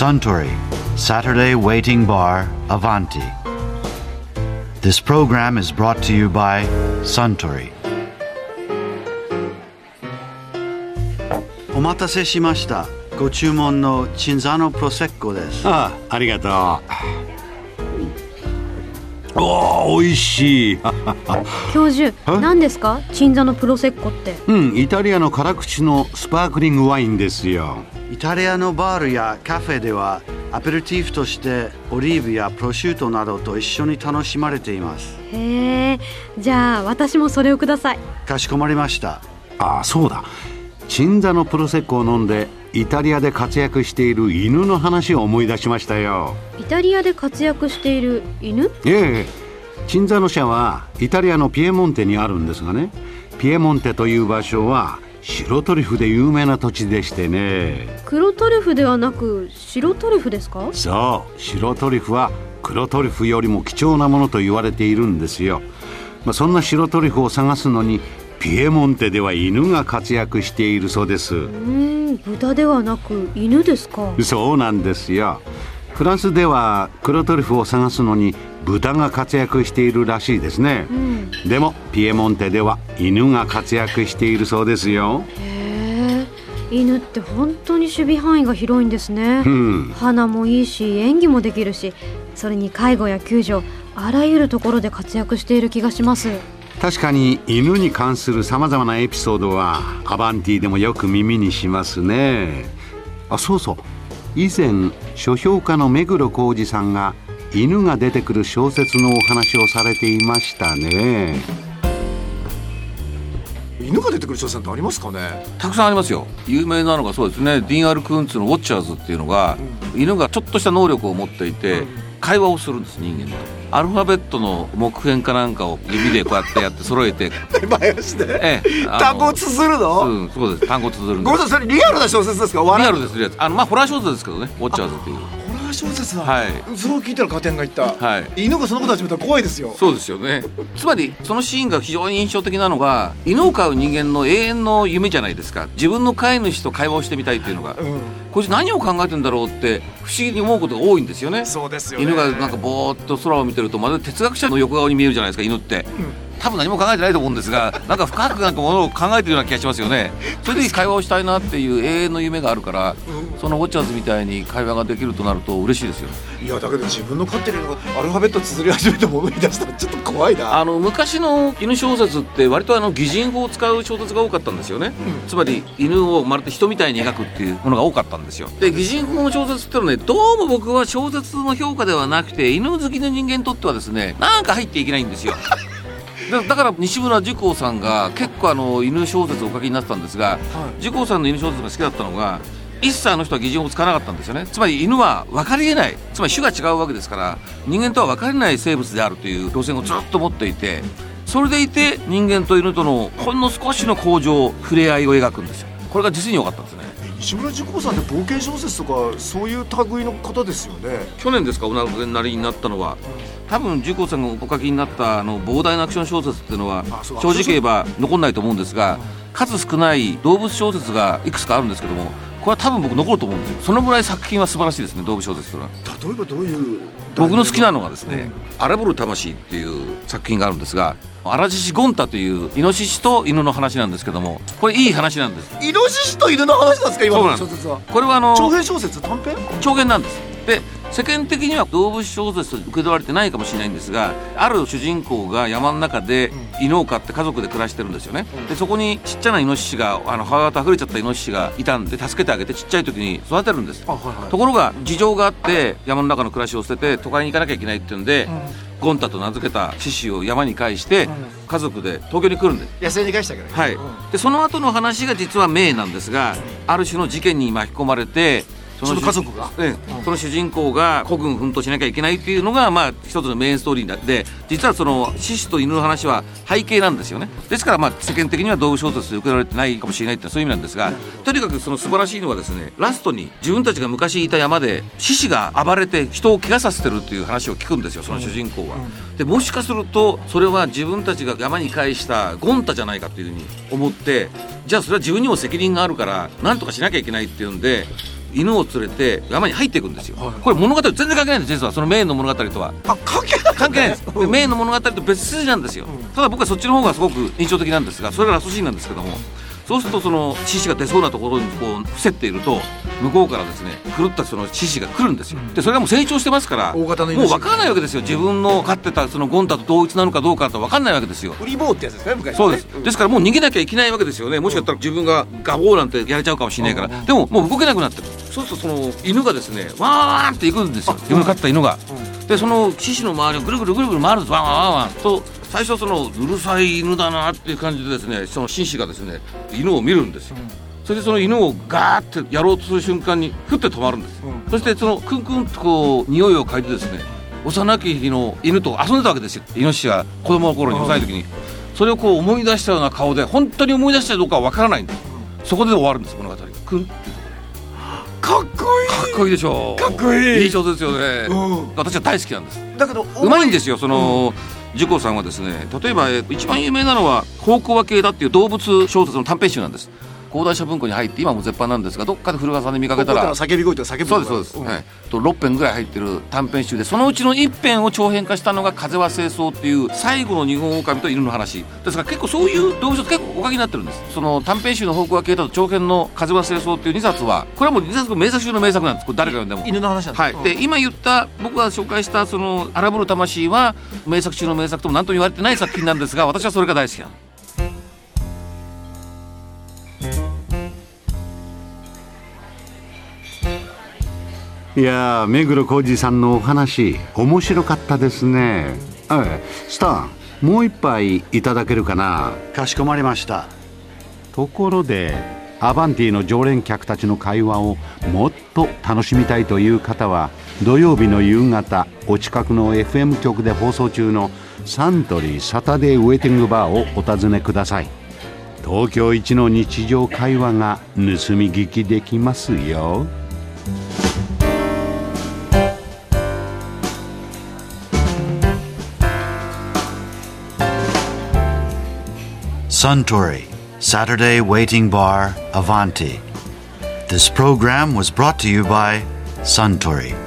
Suntory Saturday Waiting Bar Avanti. This program is brought to you by Suntory. お待たせしました。ご注文のチンザノプロセッコです。 ありがとう。おー、美味しい。 教授、何ですかチンザノプロセッコって。 イタリアの辛口のスパークリングワインですよ。 イタリアのバールやカフェではアペリティフとしてオリーブやプロシュートなどと一緒に楽しまれています。 へえ、じゃあ私もそれをください。 かしこまりました。 そうだ、チンザノプロセッコを飲んでイタリアで活躍している犬の話を思い出しましたよ。 イタリアで活躍している犬？ チンザノ社はイタリアのピエモンテにあるんですがね、ピエモンテという場所は白トリュフで有名な土地でしてね。 黒トリュフではなく白トリュフですか？ そう、白トリュフは黒トリュフよりも貴重なものと言われているんですよ。そんな白トリュフを探すのにピエモンテでは犬が活躍しているそうです。 豚ではなく犬ですか？ そうなんですよ。フランスでは黒トリュフを探すのに豚が活躍しているらしいですね。でもピエモンテでは犬が活躍しているそうですよ。 へえ、犬って本当に守備範囲が広いんですね。鼻もいいし演技もできるし、それに介護や救助、あらゆるところで活躍している気がします。 確かに犬に関するさまざまなエピソードはアバンティでもよく耳にしますね。そうそう、以前書評家の目黒浩二さんが犬が出てくる小説のお話をされていましたね。 犬が出てくる小説ってありますかね？ たくさんありますよ。有名なのがそうですね、ディーン・アル・クーンツのウォッチャーズっていうのが、犬がちょっとした能力を持っていて、会話をするんです、人間と。アルファベットの木片かなんかを指でこうやってやって揃えて前足で、単語を綴るの？ そうです、単語を綴るんです。 ごめんなさい、それリアルな小説ですか？ リアルです、リアルです。ホラー小説ですけどね、ウォッチャーズっていう。 ホラー小説だ。 はい。 それを聞いたら加点がいった。 はい。 犬がそのこと始めたら怖いですよ。 そうですよね。つまりそのシーンが非常に印象的なのが、犬を飼う人間の永遠の夢じゃないですか。自分の飼い主と会話をしてみたいっていうのが、こいつ何を考えてんだろうって不思議に思うことが多いんですよね。 そうですよね。 犬がなんかぼーっと空を見てるとまるで哲学者の横顔に見えるじゃないですか、犬って。多分何も考えてないと思うんですが、なんか深くなんかものを考えてるような気がしますよね。それで会話をしたいなっていう永遠の夢があるから、そのウォッチャーズみたいに会話ができるとなると嬉しいですよ。 いや、だけど自分の飼ってるのがアルファベット綴り始めたものに出したらちょっと怖いな。 昔の犬小説って割と擬人語を使う小説が多かったんですよね。つまり犬をまるで人みたいに描くっていうものが多かったんですよ。で、擬人語の小説ってのはね、どうも僕は小説の評価ではなくて、犬好きの人間にとってはですね、なんか入っていけないんですよ。だから西村寿光さんが結構犬小説をお書きになってたんですが、寿光さんの犬小説が好きだったのが、一切あの人は擬人を使わなかったんですよね。つまり犬は分かりえない、つまり種が違うわけですから、人間とは分かりえない生物であるという路線をずっと持っていて、それでいて人間と犬とのほんの少しの交渉、触れ合いを描くんですよ。これが実に良かったんですね。 西村寿光さんって冒険小説とかそういう類の方ですよね。 去年ですか、お亡くなりになったのは。多分寿光さんがお書きになった膨大なアクション小説っていうのは正直言えば残んないと思うんですが、数少ない動物小説がいくつかあるんですけども、これは多分僕残ると思うんですよ。そのぐらい作品は素晴らしいですね、動物小説というのは。 例えばどういう？ 僕の好きなのがですね、荒ぶる魂っていう作品があるんですが、荒獅子ゴン太というイノシシと犬の話なんですけども、これいい話なんです。 イノシシと犬の話なんですか、今の小説は？ これは長編小説、短編？ 長編なんです。で、世間的には動物小説と受け取られてないかもしれないんですが、ある主人公が山の中で犬を飼って家族で暮らしてるんですよね。で、そこにちっちゃなイノシシが母親と溢れちゃったイノシシがいたんで、助けてあげてちっちゃい時に育てるんです。ところが事情があって山の中の暮らしを捨てて都会に行かなきゃいけないっていうんで、ゴン太と名付けた獅子を山に返して家族で東京に来るんです。 野生に返したからね。 はい。で、その後の話が実は名なんですが、ある種の事件に巻き込まれて、 その家族が、 その主人公が孤軍奮闘しなきゃいけないっていうのが、一つのメインストーリーで、実はその獅子と犬の話は背景なんですよね。ですから世間的には動物小説で受けられてないかもしれないってそういう意味なんですが、とにかくその素晴らしいのはですね、ラストに自分たちが昔いた山で獅子が暴れて人を怪我させてるっていう話を聞くんですよ、その主人公は。で、もしかするとそれは自分たちが山に返したゴン太じゃないかっていうふうに思って、じゃあそれは自分にも責任があるから何とかしなきゃいけないっていうんで、 犬を連れて山に入っていくんですよ、これ物語全然関係ないんです。実はそのメインの物語とは関係ないですでメインの物語と別筋なんですよ、ただ僕はそっちの方がすごく印象的なんですが、それがラストシーンなんですけども、そうするとその獅子が出そうなところにこう伏せっていると、向こうからですね狂ったその獅子が来るんですよ。でそれがもう成長してますから、 大型のもう分からないわけですよ。自分の飼ってたそのゴン太と同一なのかどうかと分かんないわけですよ。 ウリボーってやつですね、昔ね。 そうです。ですからもう逃げなきゃいけないわけですよね。もしかしたら自分がガボーなんてやれちゃうかもしれないから、でももう動けなくなってる。そうするとその犬がですねワーンって行くんですよ。自分の飼ってた犬が、でその獅子の周りをぐるぐるぐるぐる回るんです。ワンワンワンワンと、最初そのうるさい犬だなっていう感じでですね、その紳士がですね犬を見るんですよ、それでその犬をガーってやろうとする瞬間にふって止まるんです、そしてそのクンクンとこう匂いを嗅いでですね、幼き日の犬と遊んでたわけですよ。イノシシが子供の頃に幼い時に、それをこう思い出したような顔で、本当に思い出したかどうかは分からないんです。そこで終わるんです物語。クンってかっこいい。 かっこいいでしょ。 かっこいい。 いい小説ですよね、私は大好きなんです。 だけどうまいんですよ。そのジュコさんはですね、例えば一番有名なのは方向は系だっていう動物小説の短編集なんです。講談社文庫に入って今も絶版なんですが、どっかで古川さんで見かけたら叫び声とか叫ぶ声、 そうです、はい、と6編ぐらい入ってる短編集で、そのうちの1編を長編化したのが風は清掃っていう最後の日本狼と犬の話ですが、結構そういう動物書結構お書きになってるんです。その短編集の方向は系だと長編の風は清掃っていう2冊は、これはもう2冊名作中の名作なんです。これ誰が読んでも犬の話なんです、 はい、で今言った僕が紹介したその荒ぶる魂は名作中の名作とも何とも言われてない作品なんですが、私はそれが大好きなの。 いやー、目黒浩二さんのお話面白かったですね。スタン、もう一杯いただけるかな。 かしこまりました。 ところでアバンティの常連客たちの会話をもっと楽しみたいという方は、土曜日の夕方お近くの FM 局で放送中のサントリーサタデーウェイティングバーをお尋ねください。東京一の日常会話が盗み聞きできますよ。 Suntory Saturday Waiting Bar Avanti. This program was brought to you by Suntory.